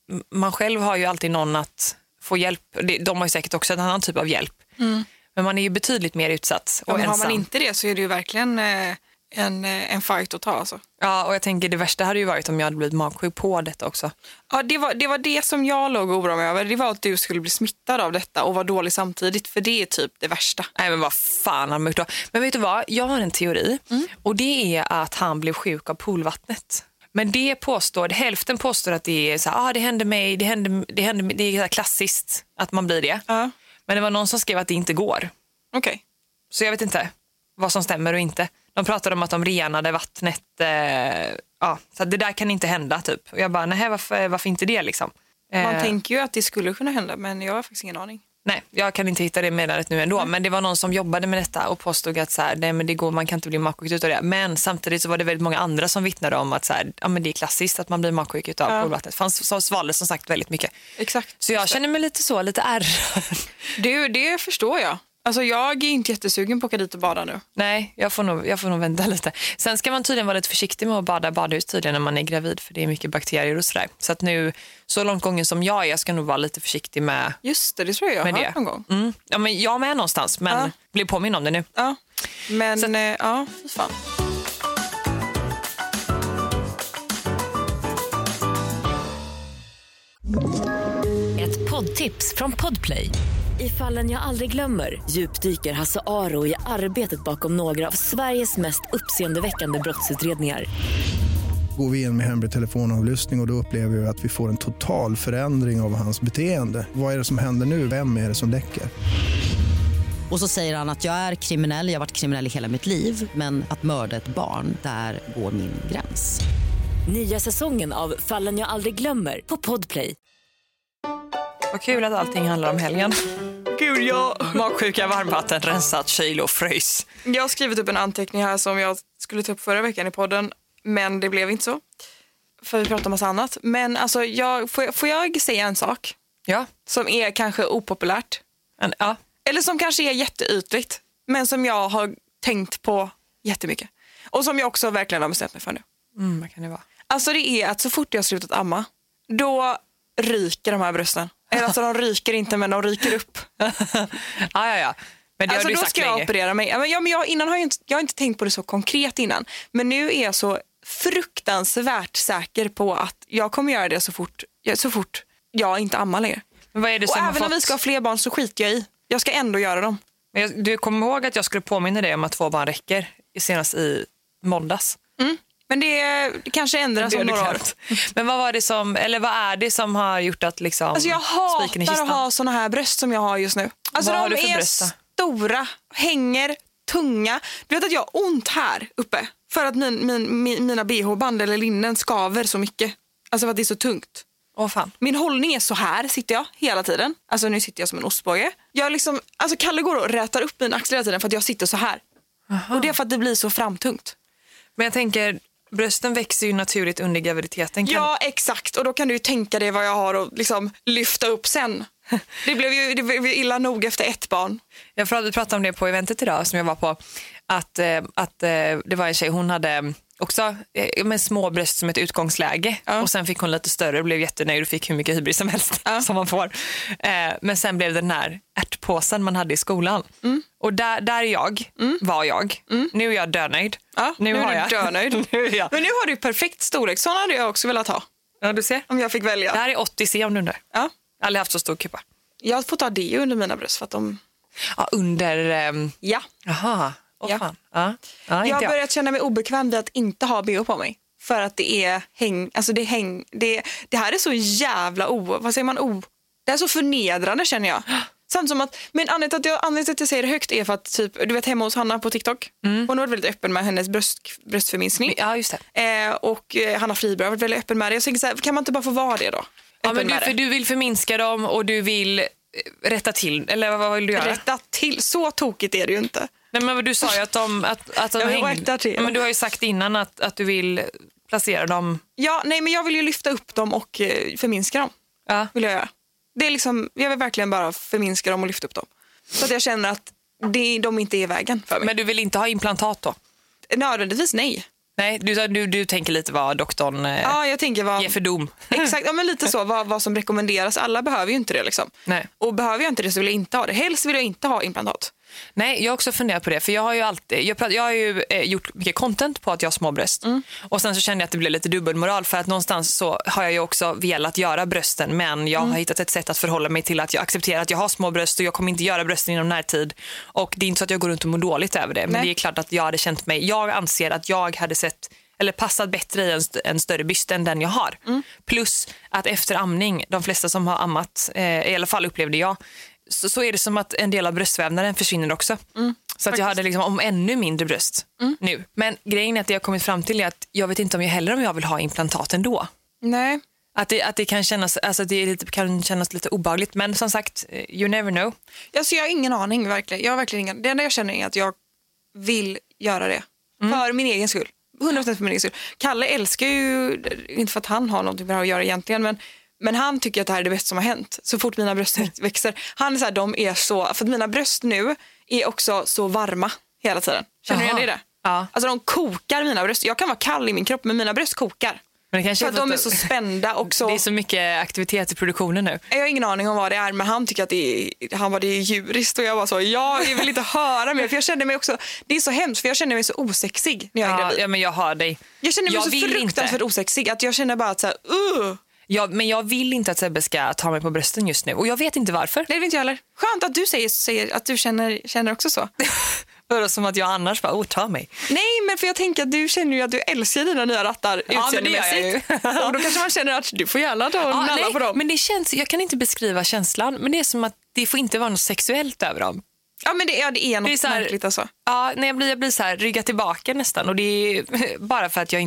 man själv har ju alltid någon att få hjälp. De har ju säkert också en annan typ av hjälp. Men man är ju betydligt mer utsatt och ensam. Har man inte det så är det ju verkligen en fight att ta alltså. Ja, och jag tänker det värsta hade ju varit om jag hade blivit magsjuk på detta också. Ja, det var det som jag låg och oroade mig över. Det var att du skulle bli smittad av detta och vara dålig samtidigt. För det är typ det värsta. Nej, men vad fan han gjort då? Men vet du vad? Jag har en teori. Och det är att han blev sjuk av poolvattnet. Men hälften påstår att det är så här, det hände mig, det är så här klassiskt att man blir det. Men det var någon som skrev att det inte går. Okej. Så jag vet inte vad som stämmer och inte. De pratade om att de renade vattnet. Så det där kan inte hända typ. Och jag bara, nej varför inte det liksom? Man tänker ju att det skulle kunna hända, men jag har faktiskt ingen aning. Nej, jag kan inte hitta det meddelandet nu ändå. Men det var någon som jobbade med detta och påstod att så här, nej, men det går, man kan inte bli magsjuk utav det. Men samtidigt så var det väldigt många andra som vittnade om att så här, ja, men det är klassiskt att man blir magsjuk utav poolvattnet. Det fanns svalde som sagt väldigt mycket. Exakt. Så jag känner mig lite ärrad. Det förstår jag. Alltså jag är inte jättesugen på att åka dit och bada nu. Nej, jag får nog vänta lite. Sen ska man tydligen vara lite försiktig med att bada badhus tydligen när man är gravid. För det är mycket bakterier och sådär. Så att nu, så långt gången som jag ska nog vara lite försiktig med. Just det tror jag har hört någon gång. Ja, men jag med någonstans, men blir påminn om det nu. Ja, men fy fan. Ett poddtips från Podplay. I Fallen jag aldrig glömmer djupdyker Hasse Aro i arbetet bakom några av Sveriges mest uppseendeväckande brottsutredningar. Går vi in med hemlig telefonavlyssning och då upplever vi att vi får en total förändring av hans beteende. Vad är det som händer nu? Vem är det som läcker? Och så säger han att jag är kriminell, jag har varit kriminell i hela mitt liv. Men att mörda ett barn, där går min gräns. Nya säsongen av Fallen jag aldrig glömmer på Podplay. Vad kul att allting handlar om helgen. Gud, magsjuka, varmvatten, rensat, kyl och frös. Jag har skrivit upp en anteckning här som jag skulle ta upp förra veckan i podden. Men det blev inte så. För vi pratade om massa annat. Men alltså, får jag säga en sak? Ja. Som är kanske opopulärt. Ja. Eller som kanske är jätteytligt. Men som jag har tänkt på jättemycket. Och som jag också verkligen har bestämt mig för nu. Vad kan det vara? Alltså det är att så fort jag har slutat amma, då ryker de här brösten. Eller alltså de ryker inte, men de ryker upp. Ja. Men det alltså har du då sagt ska jag länge. operera mig. Jag har inte tänkt på det så konkret innan. Men nu är jag så fruktansvärt säker på att jag kommer göra det så fort jag inte ammar längre. Men vad är det och som även om vi ska ha fler barn så skiter jag i. Jag ska ändå göra dem. Men du kommer ihåg att jag skulle påminna dig om att 2 barn räcker senast i måndags. Men det kanske ändras om några år. Men vad är det som har gjort att liksom alltså jag spiken i hatar kistan? att ha såna här bröst som jag har just nu. Alltså Vad har de du för är bröst då? stora, hänger, tunga. Du vet att jag har ont här uppe. För att mina BH-band eller linnen skaver så mycket. Alltså för att det är så tungt. Fan. Min hållning är så här, sitter jag hela tiden. Alltså nu sitter jag som en ostbåge. Alltså Kalle går och rätar upp min axel hela tiden för att jag sitter så här. Aha. Och det är för att det blir så framtungt. Men jag tänker, brösten växer ju naturligt under graviditeten. Ja, exakt. Och då kan du ju tänka dig vad jag har att liksom lyfta upp sen. Det blev ju illa nog efter 1 barn. Jag pratade om det på eventet idag som jag var på. Att det var en tjej, hon hade också med små bröst som ett utgångsläge. Ja. Och sen fick hon lite större och blev jättenöjd och fick hur mycket hybris som helst som man får. Men sen blev det den här ärtpåsen man hade i skolan. Och där var jag. Nu är jag dönöjd. Ja, nu är du dönöjd. Men nu har du perfekt storlek. Sån hade jag också velat ha. Ja, du ser. Om jag fick välja. Det här är 80C om du undrar. Ja. Jag har aldrig haft så stor kupa. Jag får ta det under mina bröst för att de... Ja, under... Ja. Jaha. Ja. Fan. Ja, jag har börjat känna mig obekväm vid att inte ha BH på mig. För att det är det här är så jävla det är så förnedrande känner jag. Samtidigt som att, men anledningen till att jag säger det högt är för att typ, du vet hemma hos Hanna på TikTok. Hon har varit väldigt öppen med hennes bröstförminskning. Ja, just det. Och Hanna Friberg har varit väldigt öppen med det. Jag tänker så här, kan man inte bara få vara det då? Ja, men du vill förminska dem och du vill rätta till, eller vad vill du göra? Rätta till, så tokigt är det ju inte. Nej, men du sa ju att de rättar till. Ja, men du har ju sagt innan att du vill placera dem. Ja, nej men jag vill ju lyfta upp dem och förminska dem. Ja. Vill jag göra. Det är liksom, jag vill verkligen bara förminska dem och lyfta upp dem. Så att jag känner att de inte är i vägen för mig. Men du vill inte ha implantat då? Nödvändigtvis nej. Nej, du tänker lite vad doktorn jag tänker ger för dom. Exakt, ja, men lite så vad som rekommenderas. Alla behöver ju inte det liksom. Nej. Och behöver jag inte det så vill jag inte ha det. Helst vill jag inte ha implantat. Nej, jag har också funderat på det. För jag har ju alltid, jag har ju gjort mycket content på att jag har små bröst. Och sen så kände jag att det blev lite dubbelmoral. För att någonstans så har jag ju också velat göra brösten. Men jag har hittat ett sätt att förhålla mig till att jag accepterar att jag har små bröst. Och jag kommer inte göra brösten inom närtid. Och det är inte så att jag går runt och mår dåligt över det. Men Nej. det är klart att jag hade känt mig, jag anser att jag hade sett eller passat bättre i en större byst än den jag har. Plus att efter amning, de flesta som har ammat, i alla fall upplevde jag, så är det som att en del av bröstvävnaden försvinner också. Så att jag hade liksom om ännu mindre bröst nu. Men grejen är att det jag kommit fram till är att jag vet inte om jag vill ha implantat ändå. Nej. Att det kan kännas, alltså kan kännas lite obehagligt. Men som sagt, you never know. Alltså jag har ingen aning verkligen. Jag har verkligen ingen. Det enda jag känner är att jag vill göra det. För min egen skull. 100% för min egen skull. Kalle älskar ju, inte för att han har någonting med det att göra egentligen, men han tycker att det här är det bästa som har hänt. Så fort mina bröst växer. Han är så här, de är så, för att mina bröst nu är också så varma hela tiden. Känner du igen det? Ja. Alltså de kokar mina bröst. Jag kan vara kall i min kropp, men mina bröst kokar. Men det kanske för att de är så spända och så. Det är så mycket aktivitet i produktionen nu. Jag har ingen aning om vad det är, men han tycker att det är djuriskt och jag var så, jag vill inte höra mer, för jag kände mig också, det är så hemskt, för jag känner mig så osexig när jag är gravid. Ja, men jag hör dig. Jag känner mig så fruktansvärt osexig att jag känner bara att så här, Ja, men jag vill inte att Sebbe ska ta mig på brösten just nu. Och jag vet inte varför. Nej, det vet inte jag heller. Skönt att du säger att du känner också så. Som att jag annars bara, ta mig. Nej, men för jag tänker att du känner ju att du älskar dina nya rattar utseendemässigt. Och då kanske man känner att du får gärna ta och nalla på dem. Men det känns, jag kan inte beskriva känslan, men det är som att det får inte vara något sexuellt över dem. Ja, men det är något det är så här, märkligt alltså. Ja, när jag blir så här rygga tillbaka nästan. Och det är bara för att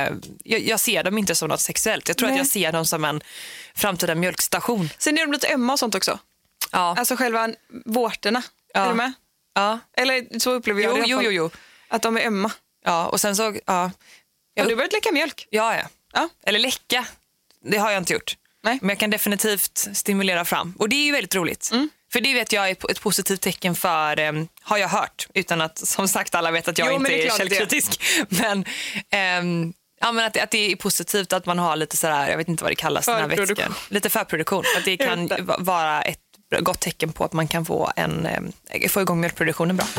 jag ser dem inte som något sexuellt. Jag tror att jag ser dem som en framtida mjölkstation. Sen är de lite ömma och sånt också. Ja. Alltså själva vårtorna. Är du med? Ja. Eller så upplever jag det i alla fall. Jo. Att de är ömma. Ja, och sen så... Ja. Har du börjat läcka mjölk? Ja. Eller läcka. Det har jag inte gjort. Nej. Men jag kan definitivt stimulera fram. Och det är ju väldigt roligt. För det vet jag är ett positivt tecken för, har jag hört. Utan att, som sagt, alla vet att jag inte är källkritisk. Men, men att det är positivt att man har lite sådär, jag vet inte vad det kallas, den här vätskan. Lite förproduktion. Att det kan vara ett gott tecken på att man kan få igång mjölkproduktionen bra.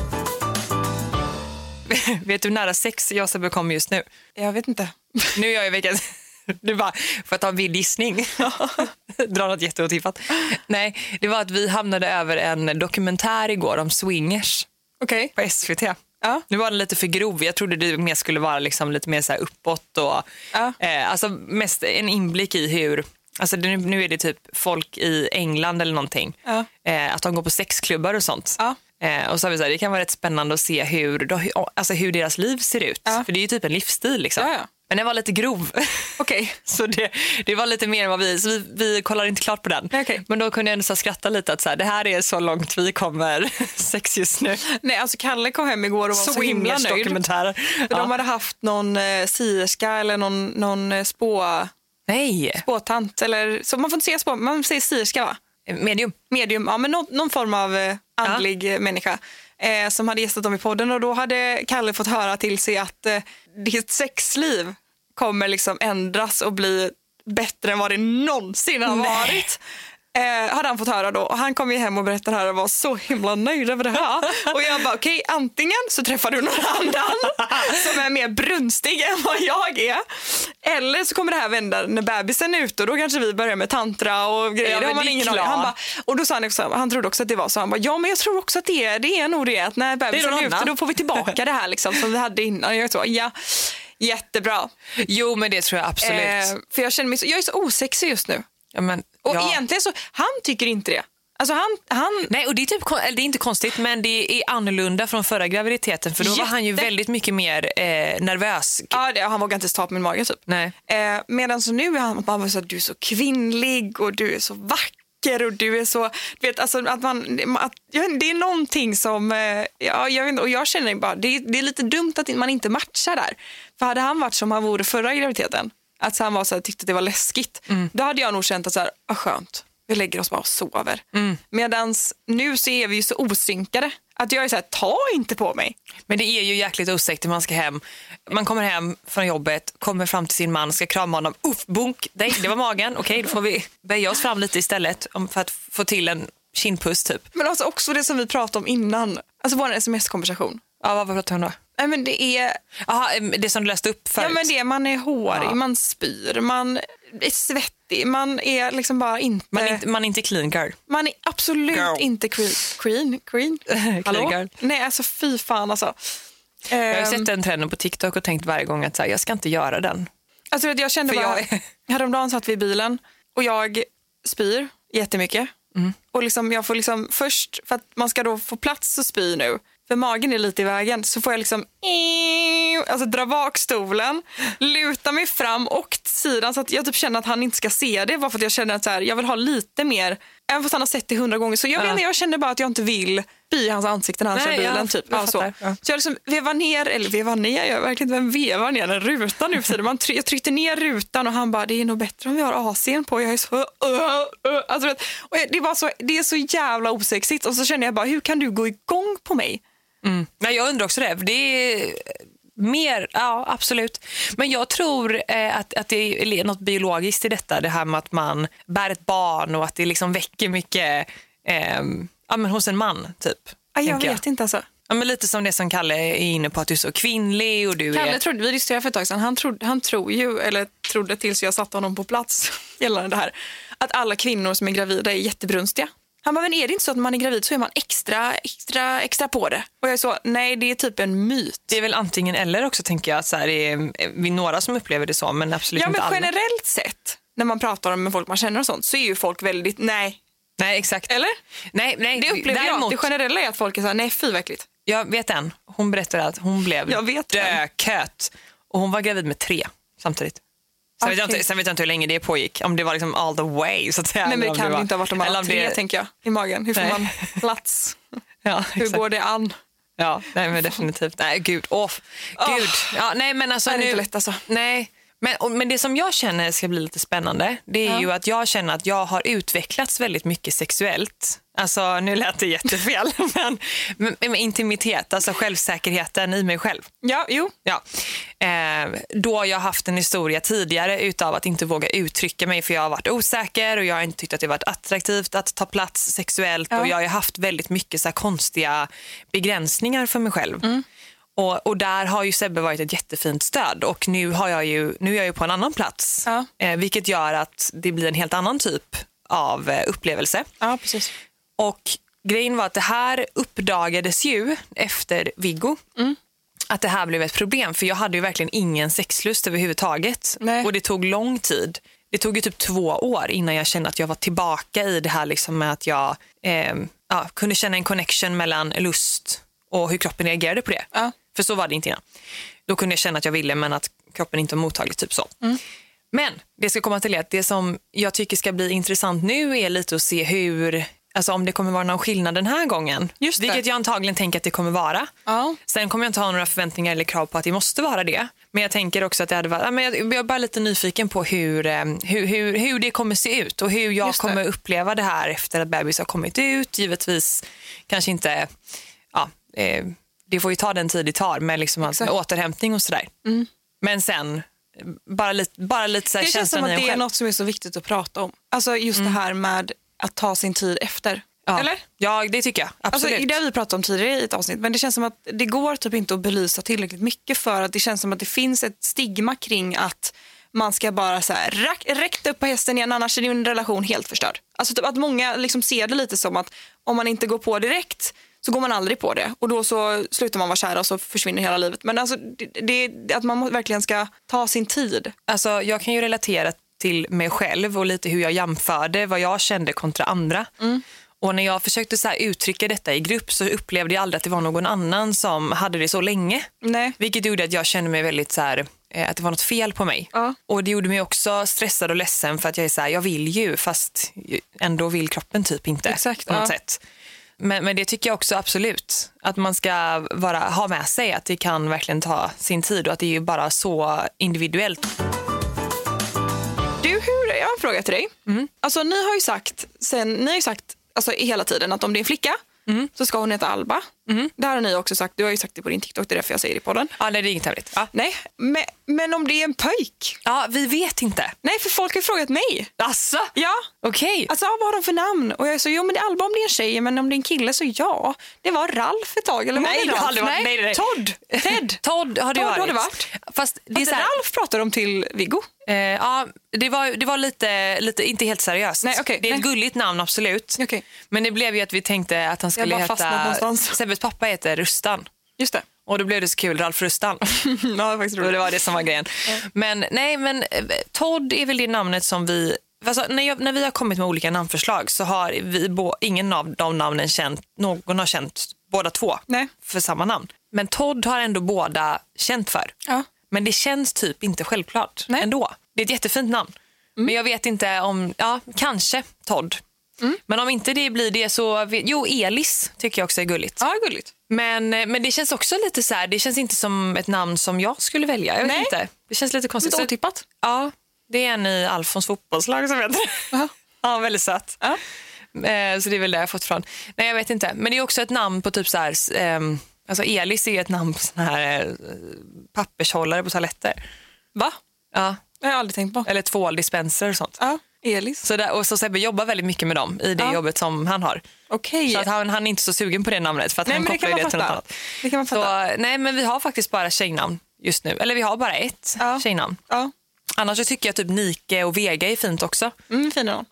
Vet du hur nära sex jag Sebbe kommer just nu? Jag vet inte. Nu är jag i veckan... Du bara, för att ta en vild gissning. Dra något jätteotippat. Nej, det var att vi hamnade över en dokumentär igår om swingers. Okej. På SVT. Ja. Nu var den lite för grov. Jag trodde det mer skulle vara liksom lite mer så här uppåt. Och, alltså mest en inblick i hur... Alltså nu är det typ folk i England eller någonting. Att de går på sexklubbar och sånt. Och så har vi så här, det kan vara rätt spännande att se hur deras liv ser ut. För det är ju typ en livsstil liksom. Ja. Men den var lite grov. Okej. Så det var lite mer än vad vi kollar inte klart på den. Okay. Men då kunde jag ändå så skratta lite att så här, det här är så långt vi kommer sex just nu. Nej, alltså Kalle kom hem igår och var så himla nöjd. För de hade haft någon sierska eller någon spåtant. Eller, så man får inte säga spå, man säger sierska va? Medium, ja, men någon form av andlig människa. Som hade gästat dem i podden och då hade Kalle fått höra till sig att ditt sexliv kommer liksom ändras och bli bättre än vad det någonsin har varit. Hade han fått höra då. Och han kom ju hem och berättade här och var så himla nöjd över det här. Och jag bara, okej, antingen så träffar du någon annan som är mer brunstig än vad jag är. Eller så kommer det här vända när bebisen är ute och då kanske vi börjar med tantra och grejer. Det har man ingen aning. Han bara, och då sa han också, han trodde också att det var så. Han bara, ja men jag tror också att det är nog det. Att när bebisen är ute då får vi tillbaka det här liksom som vi hade innan. Jag så, ja, jättebra. Jo men det tror jag absolut. För jag känner mig jag är så osexig just nu. Ja, men, och egentligen så, han tycker inte det. Alltså han... Nej, och det är, typ, det är inte konstigt, men det är annorlunda från förra graviditeten. För då var han ju väldigt mycket mer nervös. Ja, han vågade inte ta på min mage typ. Nej. Medan så nu är han bara så att du är så kvinnlig och du är så vacker och du är så... Du vet, alltså att det är någonting som... jag vet inte, och jag känner bara, det är lite dumt att man inte matchar där. För hade han varit som han vore förra graviditeten, att han var så här, tyckte att det var läskigt. Då hade jag nog känt att så här, skönt. Vi lägger oss bara och sover. Medans nu så är vi ju så osynkade Att jag är så här, ta inte på mig. Men det är ju jäkligt osäkert när man ska hem. Man kommer hem från jobbet, kommer fram till sin man, ska krama honom. Bunk, nej, det var magen. Okej, då får vi böja oss fram lite istället för att få till en kindpuss typ. Men alltså också det som vi pratade om innan. Alltså vår sms-konversation. Ja, vad pratade hon då? Nej, men det är... Aha, det som du läste upp förut. Ja, men det, man är hårig, man spyr, man är svettig, man är liksom bara inte... Man är inte clean girl. Man är absolut inte clean. Hallå? Girl. Nej, alltså fy fan alltså. Jag har sett den trenden på TikTok och tänkt varje gång att så här, jag ska inte göra den. Alltså jag kände För bara... Häromdagen satt vi i bilen och jag spyr jättemycket. Och liksom, jag får liksom först, för att man ska då få plats att spy nu, för magen är lite i vägen, så får jag liksom alltså dra bak stolen, luta mig fram och till sidan så att jag typ känner att han inte ska se det, bara för att jag känner att så här, jag vill ha lite mer, även fast han har sett det 100 gånger. Så jag känner bara att jag inte vill spy i hans ansikte när han kör bilen. Typ. Så jag liksom vevar ner, jag verkligen inte, vem vevar ner en ruta nu för tiden. Jag tryckte ner rutan och han bara, det är nog bättre om vi har AC'n på. Jag är så alltså, och det är så jävla osexigt. Och så känner jag bara, hur kan du gå igång på mig? Nej, jag undrar också det är mer, ja absolut. Men jag tror att det är något biologiskt i detta, det här med att man bär ett barn och att det liksom väcker mycket men hos en man typ. Jag vet inte alltså. Ja, men lite som det som Kalle är inne på, att du är så kvinnlig och du Kalle trodde, vi diskuterade för ett tag sedan, han trodde tills jag satte honom på plats gällande det här, att alla kvinnor som är gravida är jättebrunstiga. Han bara, men är det inte så att när man är gravid så är man extra på det? Och jag är så, nej, det är typ en myt. Det är väl antingen eller också, tänker jag, att så här, det är vi några som upplever det så, men absolut inte alla. Ja, men generellt sett, när man pratar med folk man känner och sånt, så är ju folk väldigt, nej, exakt. Eller? Nej, det upplever däremot, jag. Det generella är att folk är så här, nej, fy verkligt. Jag vet en, hon berättade att hon blev dököt och hon var gravid med 3 samtidigt. Sen vet jag inte hur länge det pågick. Om det var liksom all the way, så att säga. Nej, men det kan det inte ha varit om alla 3, tänker jag, i magen. Hur får man plats? Hur går det an? Ja, nej, men definitivt. Nej, gud. Gud. Ja, nej, men alltså, det är inte lätt alltså. Nej. Men det som jag känner ska bli lite spännande, det är ju att jag känner att jag har utvecklats väldigt mycket sexuellt. Alltså, nu lät det jättefel, men med intimitet, alltså självsäkerheten i mig själv. Ja, jo. Ja. Då jag har haft en historia tidigare utav att inte våga uttrycka mig, för jag har varit osäker och jag har inte tyckt att det varit attraktivt att ta plats sexuellt, och jag har haft väldigt mycket så här konstiga begränsningar för mig själv. Och där har ju Sebbe varit ett jättefint stöd, och nu är jag ju på en annan plats, vilket gör att det blir en helt annan typ av upplevelse. Ja, precis. Och grejen var att det här uppdagades ju efter Viggo. Att det här blev ett problem, för jag hade ju verkligen ingen sexlust överhuvudtaget. Nej. Och det tog lång tid. Det tog ju typ 2 år innan jag kände att jag var tillbaka i det här liksom med att jag kunde känna en connection mellan lust och hur kroppen reagerade på det. För så var det inte innan. Då kunde jag känna att jag ville, men att kroppen inte var mottaglig, typ så. Men det ska komma till att det som jag tycker ska bli intressant nu är lite att se hur, alltså om det kommer vara någon skillnad den här gången. Vilket jag antagligen tänker att det kommer vara. Sen kommer jag inte ha några förväntningar eller krav på att det måste vara det. Men jag tänker också att det hade varit, men jag är bara lite nyfiken på hur det kommer se ut och hur jag kommer uppleva det här efter att bebis har kommit ut. Givetvis kanske inte, det får ju ta den tid det tar med liksom återhämtning och sådär. Men sen bara lite så här, det känns som att det är något som är så viktigt att prata om. Alltså just det här med att ta sin tid efter. Eller? Ja, det tycker jag. Absolut. Alltså, det har vi pratat om tidigare i ett avsnitt, men det känns som att det går typ inte att belysa tillräckligt mycket, för att det känns som att det finns ett stigma kring att man ska bara så här räckt upp på hästen igen, annars är din relation helt förstörd. Alltså typ att många liksom ser det lite som att om man inte går på direkt så går man aldrig på det, och då så slutar man vara kär och så försvinner hela livet. Men alltså det att man verkligen ska ta sin tid. Alltså jag kan ju relatera till mig själv och lite hur jag jämförde vad jag kände kontra andra. Och när jag försökte så här uttrycka detta i grupp så upplevde jag aldrig att det var någon annan som hade det så länge. Nej. Vilket gjorde att jag kände mig väldigt så här, att det var något fel på mig. Och det gjorde mig också stressad och ledsen, för att jag är så här, jag vill ju, fast ändå vill kroppen typ inte. Exakt, på något sätt. Men det tycker jag också absolut, att man ska ha med sig att det kan verkligen ta sin tid, och att det är ju bara så individuellt. Jag har en fråga till dig. Alltså ni har ju sagt alltså hela tiden att om det är en flicka så ska hon heta Alba. Det har ni också sagt. Du har ju sagt det på din TikTok, det är därför jag säger det på den. Ja, nej, det är inget hemligt. Ja. Nej, men om det är en pojk? Ja, vi vet inte. Nej, för folk har frågat mig. Asså? Ja. Okej. Alltså, vad har de för namn? Och jag sa, jo men det är Alba om det är en tjej, men om det är en kille så ja. Det var Ralf ett tag, eller Nej, var det har Ralf? aldrig varit. Nej. Todd. Ted. Todd har det Todd varit. har det varit. Fast det är så här, Ralf pratar de till Viggo. ja, det var lite inte helt seriöst. Nej, okej, det är ett nej. gulligt namn, absolut. Okej. Men det blev ju att vi tänkte att han skulle bara fastnat heta... någonstans. Sebbes pappa heter Rustan. Just det. Och då blev det så kul, Ralf Rustan. Ja, det var faktiskt Och roligt. det var det som var grejen. Men Todd är väl det namnet som vi... Alltså, när vi har kommit med olika namnförslag så har ingen av de namnen någon har känt båda två för samma namn. Men Todd har ändå båda känt för. Ja. Men det känns typ inte självklart ändå. Det är ett jättefint namn. Men jag vet inte om... Ja, kanske Todd. Men om inte det blir det så... Jo, Elis tycker jag också är gulligt. Ja, gulligt. Men det känns också lite så här... Det känns inte som ett namn som jag skulle välja. Jag vet inte. Det känns lite konstigt. Lite otippat. Ja, det är en i Alfons fotbollslag som heter det. Ja, väldigt söt. Ja. Så det är väl det jag har fått från. Nej, jag vet inte. Men det är också ett namn på typ så här... Alltså Elis är ett namn på såna här pappershållare på toaletter. Va? Ja. Det har jag aldrig tänkt på. Eller tvåldispenser och sånt. Ja, Elis. Så Sebbe jobbar väldigt mycket med dem i det jobbet som han har. Okej. Så att han är inte så sugen på det namnet för att han kopplar det till något annat. Det kan man fatta. Så, nej, men vi har faktiskt bara tjejnamn just nu. Eller vi har bara ett tjejnamn. Ja. Annars så tycker jag typ Nike och Vega är fint också. Fina.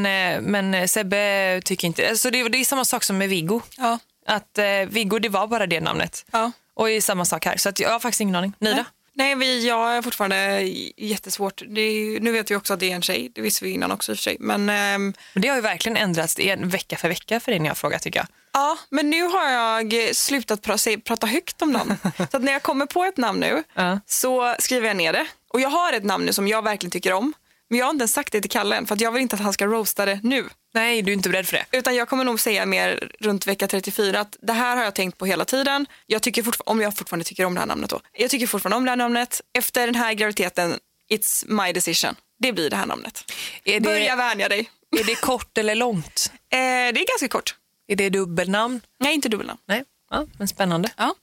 Men Sebbe tycker inte... Alltså det är samma sak som med Viggo. Ja. Att Viggo, det var bara det namnet. Ja. Och det är samma sak här. Så att jag har faktiskt ingen aning. Ni då? Nej, jag är fortfarande jättesvårt. Nu vet vi också att det är en tjej. Det visste vi innan också i och för sig. Men det har ju verkligen ändrats. Det är vecka för vecka för det ni har frågat, tycker jag. ja, men nu har jag slutat prata högt om namn. Så att när jag kommer på ett namn nu så skriver jag ner det. Och jag har ett namn nu som jag verkligen tycker om. Men jag har inte ens sagt det till Kalle än, för att jag vill inte att han ska roasta det nu. Nej, du är inte beredd för det. Utan jag kommer nog säga mer runt vecka 34 att det här har jag tänkt på hela tiden. Jag tycker om jag fortfarande tycker om det här namnet då. Jag tycker fortfarande om det här namnet. Efter den här graviditeten, it's my decision. Det blir det här namnet. Börja vänja dig. Är det kort eller långt? Det är ganska kort. Är det dubbelnamn? Nej, inte dubbelnamn. Nej, ja, men spännande. Ja.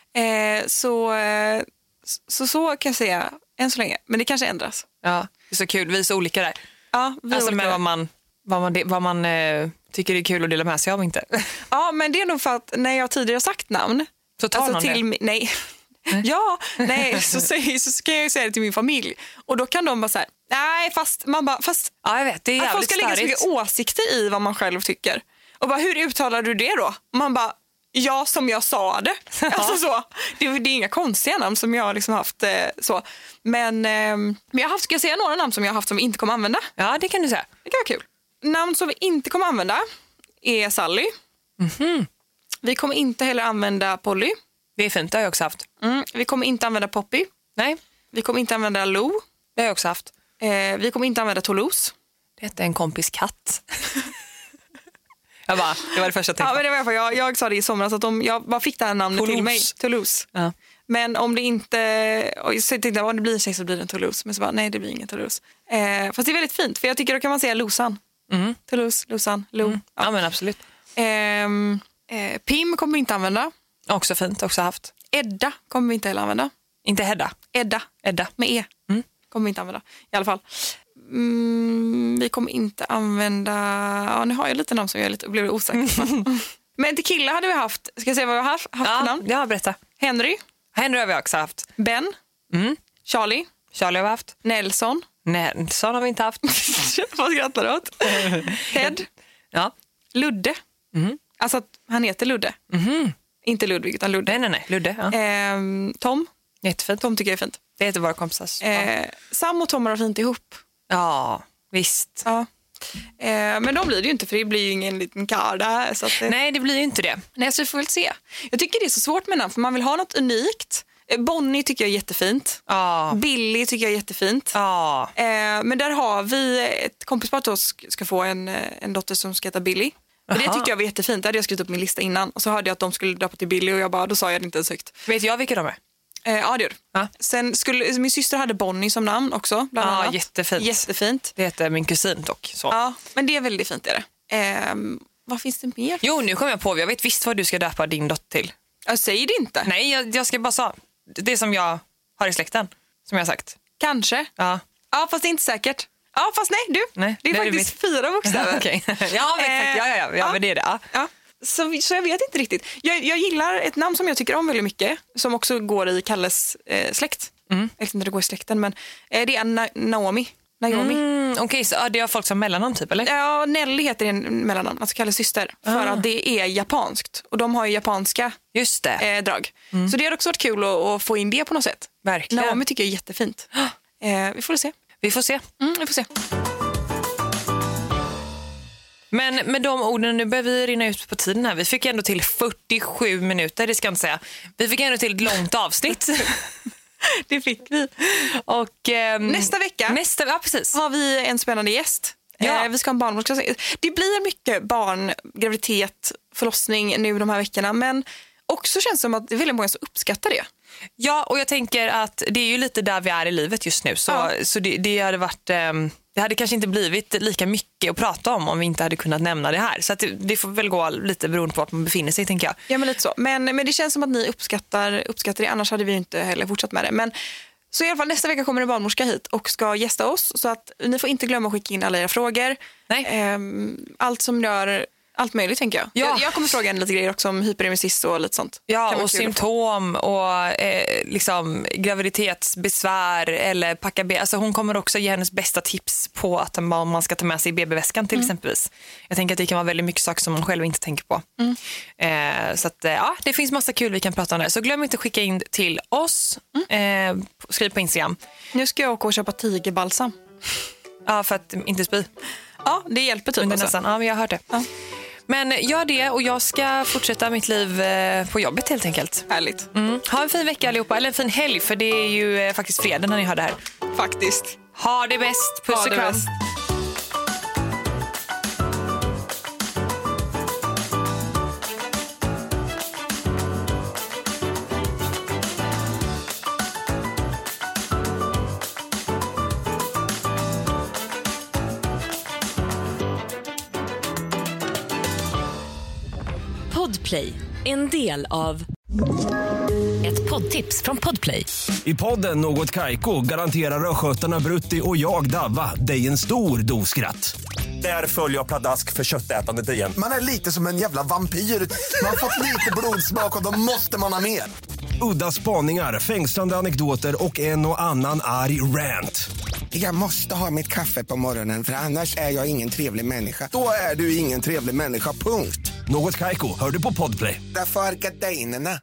Så kan jag säga än så länge. Men det kanske ändras. Ja, det är så kul. Vi är så olika där. Ja, vi alltså olika. med vad man tycker är kul att dela med sig av inte. Ja, men det är nog för att när jag tidigare sagt namn så tar alltså någon till det? Nej. Ja, nej, så ska jag ju säga det till min familj. Och då kan de bara säga, nej, fast man bara, fast ja, jag vet, det är jävligt folk ska lägga så mycket åsikter i vad man själv tycker. Och bara, hur uttalar du det då? Och man bara, ja, som jag sa det. Alltså så. Det är inga konstiga namn som jag liksom haft så. Men ska jag säga några namn som jag har haft som vi inte kommer använda? Ja, det kan du säga. Det kan vara kul. Namn som vi inte kommer använda är Sally. Vi kommer inte heller använda Polly. Det är fint, det har jag också haft. Vi kommer inte använda Poppy. Nej. Vi kommer inte använda Lou. Det har jag också haft. Vi kommer inte använda Toulouse. Det hette en kompis katt. Det var det första jag tänkte. Ja, men det var jag sa det i somras att jag bara fick det här namnet Toulouse. till mig. Toulouse. Ja. Men om det inte... Så tänkte jag, om det blir en tjej så blir det en Toulouse. Men så bara, nej, det blir ingen Toulouse. Fast det är väldigt fint, för jag tycker då kan man säga Losan. Toulouse, Losan, Lou. Ja, men absolut. Pim kommer vi inte använda. Också fint, också haft. Edda kommer vi inte heller använda. Inte Hedda. Edda. Med E. Kommer vi inte använda. I alla fall. Vi kommer inte använda... Ja, nu har jag lite namn som jag blev osäker på. Men till killar hade vi haft... Ska jag säga vad vi har haft för namn? Ja, berätta. Henry. Henry har vi också haft. Ben. Charlie. Charlie har vi haft. Nelson. Nelson har vi inte haft. Vad skrattar du åt? Ted. Ja. Ludde. Alltså att han heter Ludde. Inte Ludvig utan Ludde. Nej. Ludde. Ja. Tom. Jättefint. Tom tycker jag är fint. Det heter våra kompisar. Sam och Tom har fint ihop. Ja, visst. Ja. Men då blir det ju inte, för det blir ju ingen liten kar där. Så att nej, det blir ju inte det. Nej, så vi får väl se. Jag tycker det är så svårt med namn, för man vill ha något unikt. Bonnie tycker jag är jättefint. Billy tycker jag är jättefint. Men där har vi ett kompispar som ska få en dotter som ska heta Billy. Och det tyckte jag var jättefint. Det hade jag skrivit upp min lista innan. Och så hörde jag att de skulle döpa till Billy och då sa jag det inte ens högt. Vet jag vilka de är? Ja, det gör du. Sen min syster hade Bonnie som namn också. Bland annat. Jättefint. Jättefint. Det heter min kusin dock. Så. Ja, men det är väldigt fint är det. vad finns det mer? Jo, nu kommer jag på. Jag vet visst vad du ska döpa din dotter till. Jag säger det inte. Nej, jag ska bara säga det som jag har i släkten. Som jag har sagt. Kanske. Ja. Ja, fast det är inte säkert. Ja, fast nej, det är faktiskt 4 bokstäver. Okej. Ja, exakt. Ja, men det är det. Ja. Så jag vet inte riktigt. Jag gillar ett namn som jag tycker om väldigt mycket, som också går i Kalles släkt. Jag vet inte det går i släkten, men det är Naomi. Okej, så det har folk som mellannamn typ, eller? Ja, Nelly heter det mellannamn, alltså Kalles syster. För att det är japanskt. Och de har ju japanska Just det. drag. Så det har också varit kul att få in det på något sätt. Verkligen. Naomi tycker jag är jättefint. Vi får se. Vi får se. Vi får se. Men med de orden, nu börjar vi rinna ut på tiden här. Vi fick ändå till 47 minuter, det ska jag inte säga. Vi fick ändå till ett långt avsnitt. Det fick vi. Och nästa vecka ja, precis. har vi en spännande gäst. Ja. Vi ska ha en barnmorska. Det blir mycket barn, graviditet, förlossning nu de här veckorna. Men också känns det som att det är väldigt många som uppskattar det. Ja, och jag tänker att det är ju lite där vi är i livet just nu. Så det hade varit... Det hade kanske inte blivit lika mycket att prata om vi inte hade kunnat nämna det här. Så att det får väl gå lite beroende på vart man befinner sig, tänker jag. Ja, men lite så. Men det känns som att ni uppskattar det. Annars hade vi inte heller fortsatt med det. Men så i alla fall nästa vecka kommer en barnmorska hit och ska gästa oss. Så att ni får inte glömma att skicka in alla era frågor. Nej. Allt som rör... Allt möjligt, tänker jag. Ja. Jag kommer fråga en lite grejer också om hyperemesis och lite sånt. Ja, och symptom och liksom graviditetsbesvär eller packa BB. Alltså hon kommer också ge hennes bästa tips på att man ska ta med sig i BB-väskan till exempelvis. Jag tänker att det kan vara väldigt mycket saker som man själv inte tänker på. Så att det finns massa kul vi kan prata om där. Så glöm inte att skicka in till oss. Skriv på Instagram. Nu ska jag åka och köpa tigerbalsam. Ja, för att inte spy. Ja, det hjälper typ. Nästan. Ja, men jag har hört det. Ja. Men gör det och jag ska fortsätta mitt liv på jobbet helt enkelt. Härligt. Ha en fin vecka allihopa, eller en fin helg, för det är ju faktiskt fredag när ni hör det här. Faktiskt. Ha det bäst, puss och kram. Podplay, en del av ett poddtips från Podplay. I podden Något Kaiko garanterar röskötarna Brutti och jag Davva dig en stor doskratt. Där följer jag pladask för köttätandet igen. Man är lite som en jävla vampyr. Man har fått lite blodsmak och då måste man ha mer. Udda spaningar, fängslande anekdoter och en och annan arg rant. Jag måste ha mitt kaffe på morgonen för annars är jag ingen trevlig människa. Då är du ingen trevlig människa, punkt. Något Kaiko, hör du på Podplay. Därför är gardinerna.